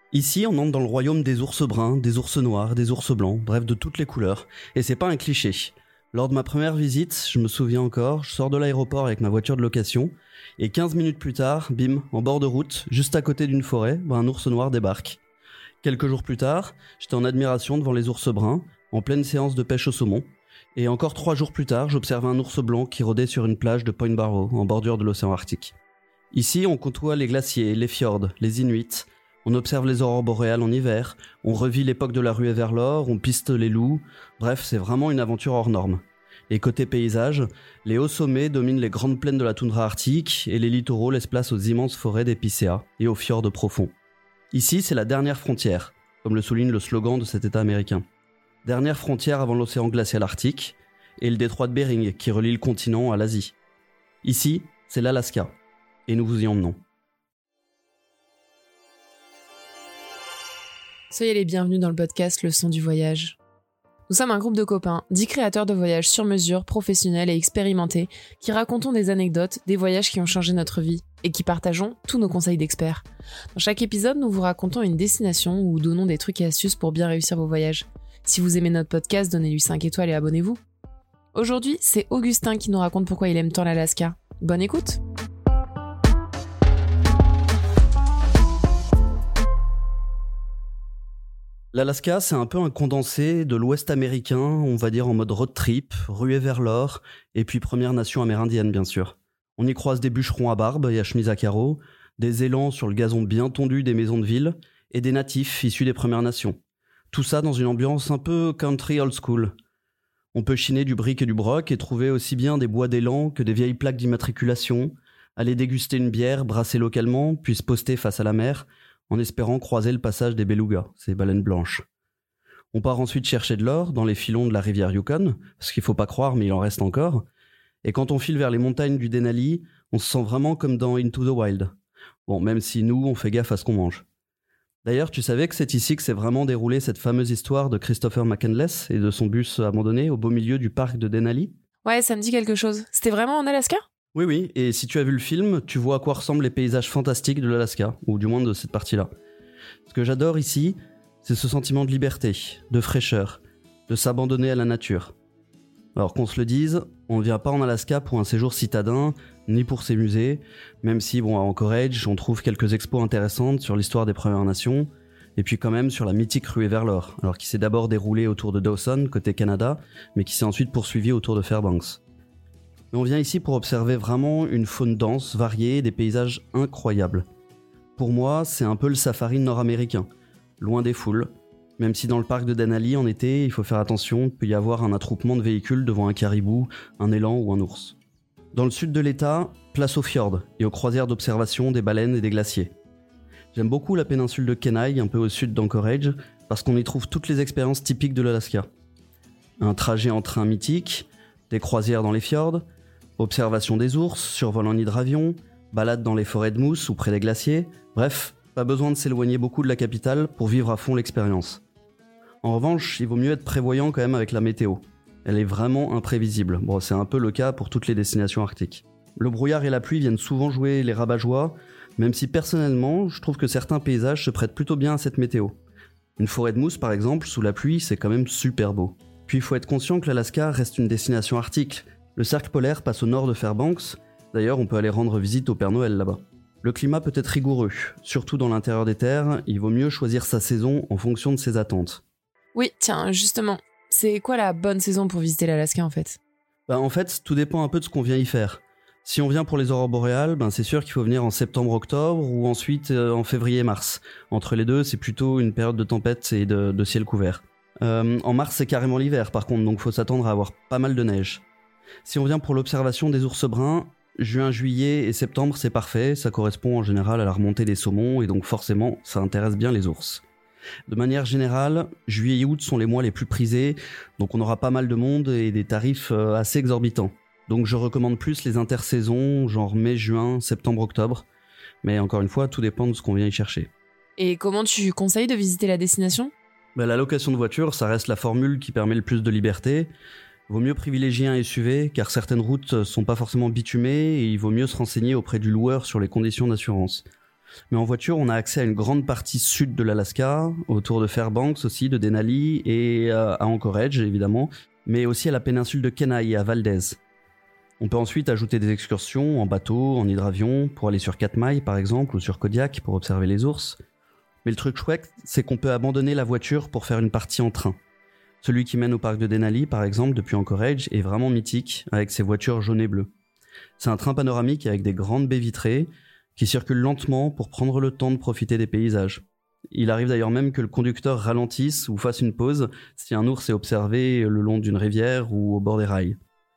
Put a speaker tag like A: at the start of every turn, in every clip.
A: Ici, on entre dans le royaume des ours bruns, des ours noirs, des ours blancs, bref de toutes les couleurs. Et c'est pas un cliché. Lors de ma première visite, je me souviens encore, je sors de l'aéroport avec ma voiture de location, et 15 minutes plus tard, bim, en bord de route, juste à côté d'une forêt, un ours noir débarque. Quelques jours plus tard, j'étais en admiration devant les ours bruns, en pleine séance de pêche au saumon, et encore 3 jours plus tard, j'observais un ours blanc qui rôdait sur une plage de Point Barrow, en bordure de l'océan Arctique. Ici, on côtoie les glaciers, les fjords, les Inuits, on observe les aurores boréales en hiver, on revit l'époque de la ruée vers l'or, on piste les loups, bref, c'est vraiment une aventure hors norme. Et côté paysage, les hauts sommets dominent les grandes plaines de la toundra arctique et les littoraux laissent place aux immenses forêts d'épicéas et aux fjords profonds. Ici, c'est la dernière frontière, comme le souligne le slogan de cet État américain. Dernière frontière avant l'océan glacial arctique et le détroit de Bering qui relie le continent à l'Asie. Ici, c'est l'Alaska, et nous vous y emmenons.
B: Soyez les bienvenus dans le podcast Le Son du Voyage. Nous sommes un groupe de copains, 10 créateurs de voyages sur mesure, professionnels et expérimentés, qui racontons des anecdotes, des voyages qui ont changé notre vie, et qui partageons tous nos conseils d'experts. Dans chaque épisode, nous vous racontons une destination ou donnons des trucs et astuces pour bien réussir vos voyages. Si vous aimez notre podcast, donnez-lui 5 étoiles et abonnez-vous. Aujourd'hui, c'est Augustin qui nous raconte pourquoi il aime tant l'Alaska. Bonne écoute!
A: L'Alaska, c'est un peu un condensé de l'Ouest américain, on va dire en mode road trip, ruée vers l'or, et puis Première Nation amérindienne bien sûr. On y croise des bûcherons à barbe et à chemise à carreaux, des élans sur le gazon bien tondu des maisons de ville, et des natifs issus des Premières Nations. Tout ça dans une ambiance un peu country old school. On peut chiner du brick et du broc et trouver aussi bien des bois d'élan que des vieilles plaques d'immatriculation, aller déguster une bière brassée localement, puis se poster face à la mer, en espérant croiser le passage des belugas, ces baleines blanches. On part ensuite chercher de l'or dans les filons de la rivière Yukon, parce qu'il faut pas croire, mais il en reste encore. Et quand on file vers les montagnes du Denali, on se sent vraiment comme dans Into the Wild. Bon, même si nous, on fait gaffe à ce qu'on mange. D'ailleurs, tu savais que c'est ici que s'est vraiment déroulée cette fameuse histoire de Christopher McCandless et de son bus abandonné au beau milieu du parc de Denali ?
B: Ouais, ça me dit quelque chose. C'était vraiment en Alaska ?
A: Oui, et si tu as vu le film, tu vois à quoi ressemblent les paysages fantastiques de l'Alaska, ou du moins de cette partie-là. Ce que j'adore ici, c'est ce sentiment de liberté, de fraîcheur, de s'abandonner à la nature. Alors qu'on se le dise, on ne vient pas en Alaska pour un séjour citadin, ni pour ses musées, même si, à Anchorage, on trouve quelques expos intéressantes sur l'histoire des Premières Nations, et puis quand même sur la mythique ruée vers l'or, alors qui s'est d'abord déroulée autour de Dawson, côté Canada, mais qui s'est ensuite poursuivie autour de Fairbanks. Mais on vient ici pour observer vraiment une faune dense, variée et des paysages incroyables. Pour moi, c'est un peu le safari nord-américain, loin des foules, même si dans le parc de Denali, en été, il faut faire attention, il peut y avoir un attroupement de véhicules devant un caribou, un élan ou un ours. Dans le sud de l'État, place aux fjords et aux croisières d'observation des baleines et des glaciers. J'aime beaucoup la péninsule de Kenai, un peu au sud d'Anchorage, parce qu'on y trouve toutes les expériences typiques de l'Alaska. Un trajet en train mythique, des croisières dans les fjords, observation des ours, survol en hydravion, balade dans les forêts de mousse ou près des glaciers, bref, pas besoin de s'éloigner beaucoup de la capitale pour vivre à fond l'expérience. En revanche, il vaut mieux être prévoyant quand même avec la météo. Elle est vraiment imprévisible. C'est un peu le cas pour toutes les destinations arctiques. Le brouillard et la pluie viennent souvent jouer les rabat-joie, même si personnellement, je trouve que certains paysages se prêtent plutôt bien à cette météo. Une forêt de mousse par exemple, sous la pluie, c'est quand même super beau. Puis il faut être conscient que l'Alaska reste une destination arctique. Le cercle polaire passe au nord de Fairbanks, d'ailleurs on peut aller rendre visite au Père Noël là-bas. Le climat peut être rigoureux, surtout dans l'intérieur des terres, il vaut mieux choisir sa saison en fonction de ses attentes.
B: Oui, tiens, justement, c'est quoi la bonne saison pour visiter l'Alaska en fait ?
A: En fait, tout dépend un peu de ce qu'on vient y faire. Si on vient pour les aurores boréales, c'est sûr qu'il faut venir en septembre-octobre ou ensuite en février-mars. Entre les deux, c'est plutôt une période de tempête et de ciel couvert. En mars, c'est carrément l'hiver par contre, donc faut s'attendre à avoir pas mal de neige. Si on vient pour l'observation des ours bruns, juin, juillet et septembre c'est parfait, ça correspond en général à la remontée des saumons et donc forcément ça intéresse bien les ours. De manière générale, juillet et août sont les mois les plus prisés, donc on aura pas mal de monde et des tarifs assez exorbitants. Donc je recommande plus les intersaisons, genre mai, juin, septembre, octobre, mais encore une fois tout dépend de ce qu'on vient y chercher.
B: Et comment tu conseilles de visiter la destination ?
A: La location de voiture, ça reste la formule qui permet le plus de liberté. Vaut mieux privilégier un SUV car certaines routes sont pas forcément bitumées et il vaut mieux se renseigner auprès du loueur sur les conditions d'assurance. Mais en voiture, on a accès à une grande partie sud de l'Alaska, autour de Fairbanks aussi, de Denali et à Anchorage évidemment, mais aussi à la péninsule de Kenai et à Valdez. On peut ensuite ajouter des excursions en bateau, en hydravion, pour aller sur Katmai par exemple, ou sur Kodiak pour observer les ours. Mais le truc chouette, c'est qu'on peut abandonner la voiture pour faire une partie en train. Celui qui mène au parc de Denali, par exemple, depuis Anchorage, est vraiment mythique, avec ses voitures jaunes et bleues. C'est un train panoramique avec des grandes baies vitrées, qui circule lentement pour prendre le temps de profiter des paysages. Il arrive d'ailleurs même que le conducteur ralentisse ou fasse une pause si un ours est observé le long d'une rivière ou au bord des rails.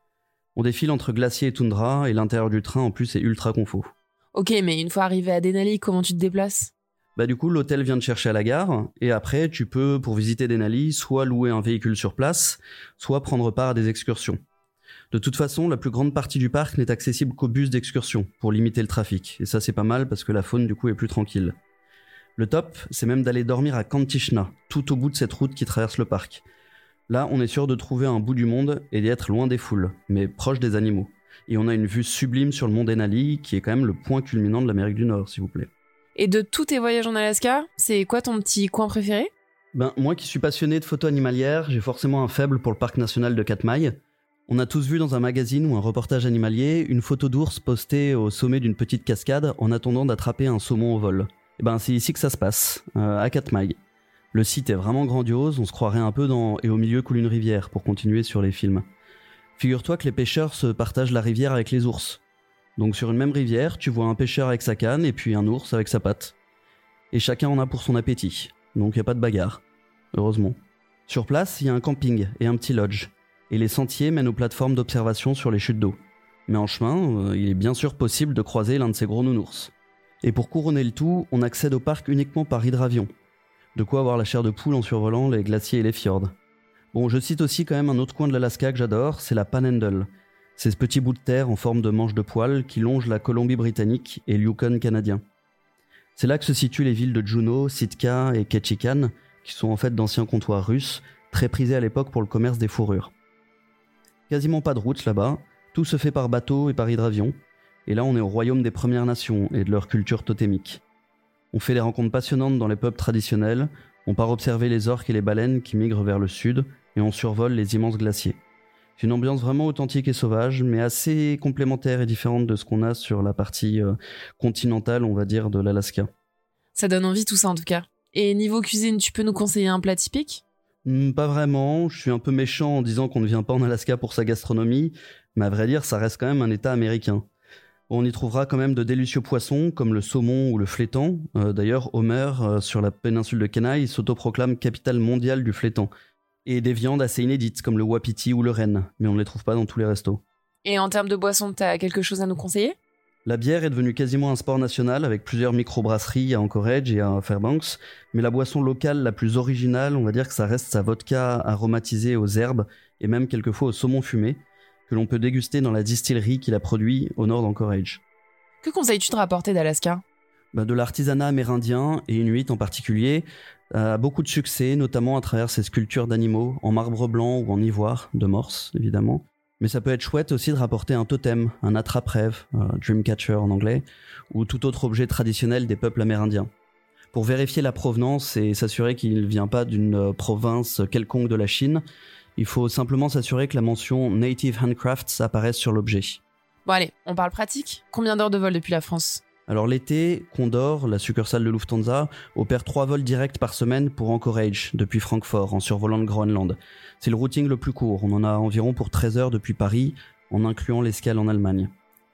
A: On défile entre glacier et toundra, et l'intérieur du train en plus est ultra confort.
B: Ok, mais une fois arrivé à Denali, comment tu te déplaces ?
A: Du coup, l'hôtel vient te chercher à la gare, et après, tu peux, pour visiter Denali, soit louer un véhicule sur place, soit prendre part à des excursions. De toute façon, la plus grande partie du parc n'est accessible qu'aux bus d'excursion, pour limiter le trafic. Et ça, c'est pas mal, parce que la faune, du coup, est plus tranquille. Le top, c'est même d'aller dormir à Kantishna, tout au bout de cette route qui traverse le parc. Là, on est sûr de trouver un bout du monde et d'y être loin des foules, mais proche des animaux. Et on a une vue sublime sur le mont Denali, qui est quand même le point culminant de l'Amérique du Nord, s'il vous plaît.
B: Et de tous tes voyages en Alaska, c'est quoi ton petit coin préféré ?
A: Moi qui suis passionné de photos animalières, j'ai forcément un faible pour le parc national de Katmai. On a tous vu dans un magazine ou un reportage animalier une photo d'ours postée au sommet d'une petite cascade en attendant d'attraper un saumon au vol. C'est ici que ça se passe, à Katmai. Le site est vraiment grandiose, on se croirait un peu dans « Et au milieu coule une rivière » pour continuer sur les films. Figure-toi que les pêcheurs se partagent la rivière avec les ours. Donc sur une même rivière, tu vois un pêcheur avec sa canne et puis un ours avec sa patte. Et chacun en a pour son appétit, donc il n'y a pas de bagarre. Heureusement. Sur place, il y a un camping et un petit lodge. Et les sentiers mènent aux plateformes d'observation sur les chutes d'eau. Mais en chemin, il est bien sûr possible de croiser l'un de ces gros nounours. Et pour couronner le tout, on accède au parc uniquement par hydravion. De quoi avoir la chair de poule en survolant les glaciers et les fjords. Bon, je cite aussi quand même un autre coin de l'Alaska que j'adore, c'est la Panhandle. C'est ce petit bout de terre en forme de manche de poil qui longe la Colombie-Britannique et le Yukon canadien. C'est là que se situent les villes de Juneau, Sitka et Ketchikan, qui sont en fait d'anciens comptoirs russes, très prisés à l'époque pour le commerce des fourrures. Quasiment pas de route là-bas, tout se fait par bateau et par hydravion, et là on est au royaume des Premières Nations et de leur culture totémique. On fait des rencontres passionnantes dans les pubs traditionnels, on part observer les orques et les baleines qui migrent vers le sud, et on survole les immenses glaciers. C'est une ambiance vraiment authentique et sauvage, mais assez complémentaire et différente de ce qu'on a sur la partie continentale, on va dire, de l'Alaska.
B: Ça donne envie tout ça en tout cas. Et niveau cuisine, tu peux nous conseiller un plat typique ?
A: Pas vraiment, je suis un peu méchant en disant qu'on ne vient pas en Alaska pour sa gastronomie, mais à vrai dire, ça reste quand même un état américain. On y trouvera quand même de délicieux poissons comme le saumon ou le flétan. D'ailleurs, Homer, sur la péninsule de Kenai, s'autoproclame capitale mondiale du flétan. Et des viandes assez inédites comme le wapiti ou le renne, mais on ne les trouve pas dans tous les restos.
B: Et en termes de boissons, t'as quelque chose à nous conseiller ?
A: La bière est devenue quasiment un sport national avec plusieurs microbrasseries à Anchorage et à Fairbanks, mais la boisson locale la plus originale, on va dire que ça reste sa vodka aromatisée aux herbes et même quelquefois au saumon fumé, que l'on peut déguster dans la distillerie qui la produit au nord d'Anchorage.
B: Que conseilles-tu de rapporter d'Alaska ?
A: De l'artisanat amérindien et inuit en particulier a beaucoup de succès, notamment à travers ses sculptures d'animaux en marbre blanc ou en ivoire, de morse évidemment. Mais ça peut être chouette aussi de rapporter un totem, un attrape-rêve, dreamcatcher en anglais, ou tout autre objet traditionnel des peuples amérindiens. Pour vérifier la provenance et s'assurer qu'il ne vient pas d'une province quelconque de la Chine, il faut simplement s'assurer que la mention Native Handcrafts apparaisse sur l'objet.
B: Bon allez, on parle pratique. Combien d'heures de vol depuis la France ?
A: Alors l'été, Condor, la succursale de Lufthansa, opère 3 vols directs par semaine pour Anchorage, depuis Francfort, en survolant le Groenland. C'est le routing le plus court, on en a environ pour 13 heures depuis Paris, en incluant l'escale en Allemagne.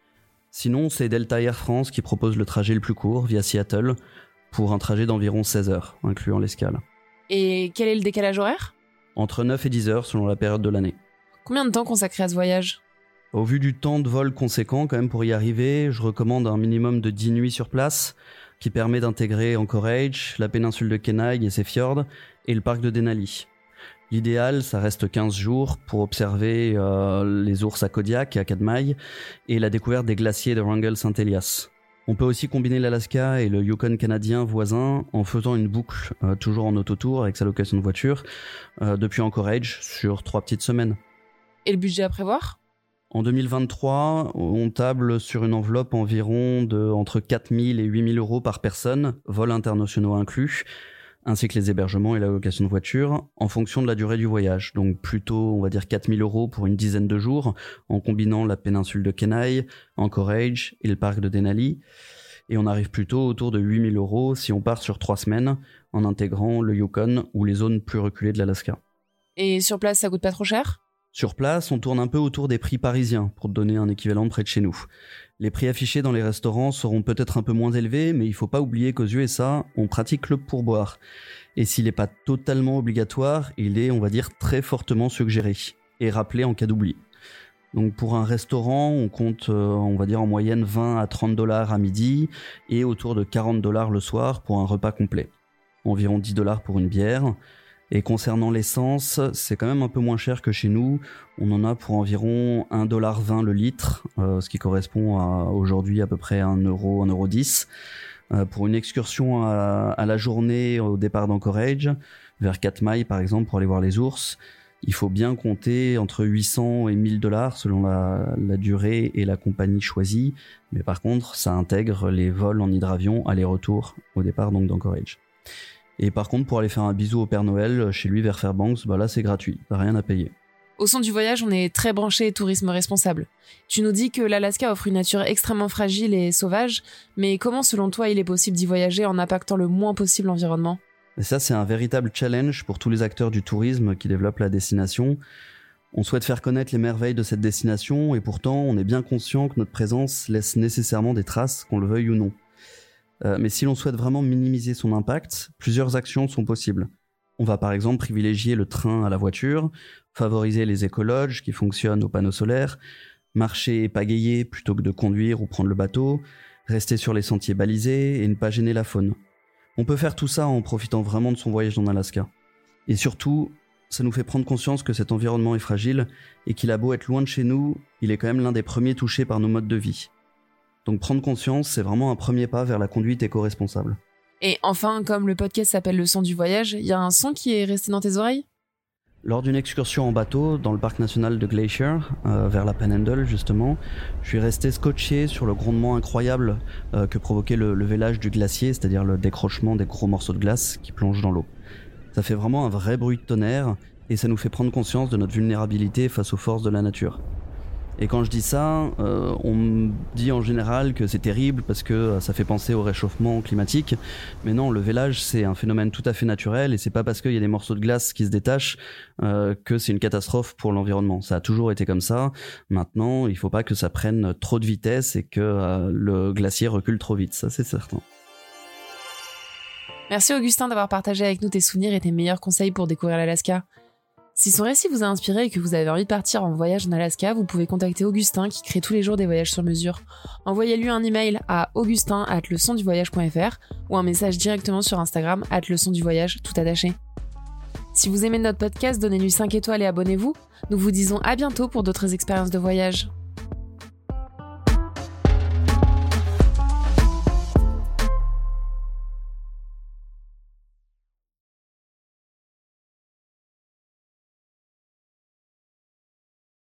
A: Sinon, c'est Delta Air France qui propose le trajet le plus court, via Seattle, pour un trajet d'environ 16 heures, incluant l'escale.
B: Et quel est le décalage horaire ?
A: Entre 9 et 10 heures selon la période de l'année.
B: Combien de temps consacré à ce voyage ?
A: Au vu du temps de vol conséquent quand même pour y arriver, je recommande un minimum de 10 nuits sur place, qui permet d'intégrer Anchorage, la péninsule de Kenai et ses fjords, et le parc de Denali. L'idéal, ça reste 15 jours pour observer les ours à Kodiak et à Katmai, et la découverte des glaciers de Wrangell-St. Elias. On peut aussi combiner l'Alaska et le Yukon canadien voisin en faisant une boucle, toujours en autotour avec sa location de voiture, depuis Anchorage sur 3 petites semaines.
B: Et le budget à prévoir ?
A: En 2023, on table sur une enveloppe environ de entre 4 000 et 8 000 euros par personne, vols internationaux inclus, ainsi que les hébergements et la location de voiture, en fonction de la durée du voyage. Donc plutôt, on va dire 4 000 euros pour une dizaine de jours, en combinant la péninsule de Kenai, Anchorage et le parc de Denali. Et on arrive plutôt autour de 8 000 euros si on part sur 3 semaines, en intégrant le Yukon ou les zones plus reculées de l'Alaska.
B: Et sur place, ça coûte pas trop cher ?
A: Sur place, on tourne un peu autour des prix parisiens, pour te donner un équivalent près de chez nous. Les prix affichés dans les restaurants seront peut-être un peu moins élevés, mais il faut pas oublier qu'aux USA, on pratique le pourboire. Et s'il n'est pas totalement obligatoire, il est, on va dire, très fortement suggéré, et rappelé en cas d'oubli. Donc pour un restaurant, on compte, on va dire en moyenne 20 à 30 $ à midi, et autour de 40 $ le soir pour un repas complet. Environ 10 $ pour une bière. Et concernant l'essence, c'est quand même un peu moins cher que chez nous. On en a pour environ 1,20 $ le litre, ce qui correspond à aujourd'hui à peu près 1 euro, 1,10 €. Pour une excursion à la journée au départ d'Anchorage, vers Katmai par exemple, pour aller voir les ours, il faut bien compter entre 800 et 1000 $ selon la durée et la compagnie choisie. Mais par contre, ça intègre les vols en hydravion aller-retour au départ donc d'Anchorage. Et par contre, pour aller faire un bisou au Père Noël chez lui vers Fairbanks, là c'est gratuit, t'as rien à payer.
B: Au son du voyage, on est très branché tourisme responsable. Tu nous dis que l'Alaska offre une nature extrêmement fragile et sauvage, mais comment selon toi il est possible d'y voyager en impactant le moins possible l'environnement ?
A: Et ça, c'est un véritable challenge pour tous les acteurs du tourisme qui développent la destination. On souhaite faire connaître les merveilles de cette destination et pourtant on est bien conscient que notre présence laisse nécessairement des traces, qu'on le veuille ou non. Mais si l'on souhaite vraiment minimiser son impact, plusieurs actions sont possibles. On va par exemple privilégier le train à la voiture, favoriser les écologes qui fonctionnent aux panneaux solaires, marcher et pagayer plutôt que de conduire ou prendre le bateau, rester sur les sentiers balisés et ne pas gêner la faune. On peut faire tout ça en profitant vraiment de son voyage en Alaska. Et surtout, ça nous fait prendre conscience que cet environnement est fragile et qu'il a beau être loin de chez nous, il est quand même l'un des premiers touchés par nos modes de vie. Donc prendre conscience, c'est vraiment un premier pas vers la conduite éco-responsable.
B: Et enfin, comme le podcast s'appelle Le son du voyage, il y a un son qui est resté dans tes oreilles ?
A: Lors d'une excursion en bateau dans le parc national de Glacier, vers la Panhandle justement, je suis resté scotché sur le grondement incroyable que provoquait le vélage du glacier, c'est-à-dire le décrochement des gros morceaux de glace qui plongent dans l'eau. Ça fait vraiment un vrai bruit de tonnerre et ça nous fait prendre conscience de notre vulnérabilité face aux forces de la nature. Et quand je dis ça, on me dit en général que c'est terrible parce que ça fait penser au réchauffement climatique. Mais non, le vélage, c'est un phénomène tout à fait naturel et c'est pas parce qu'il y a des morceaux de glace qui se détachent que c'est une catastrophe pour l'environnement. Ça a toujours été comme ça. Maintenant, il faut pas que ça prenne trop de vitesse et que le glacier recule trop vite. Ça, c'est certain.
B: Merci Augustin d'avoir partagé avec nous tes souvenirs et tes meilleurs conseils pour découvrir l'Alaska. Si son récit vous a inspiré et que vous avez envie de partir en voyage en Alaska, vous pouvez contacter Augustin qui crée tous les jours des voyages sur mesure. Envoyez-lui un email à augustin@lesonduvoyage.fr ou un message directement sur Instagram @lesonduvoyage tout attaché. Si vous aimez notre podcast, donnez-lui 5 étoiles et abonnez-vous. Nous vous disons à bientôt pour d'autres expériences de voyage.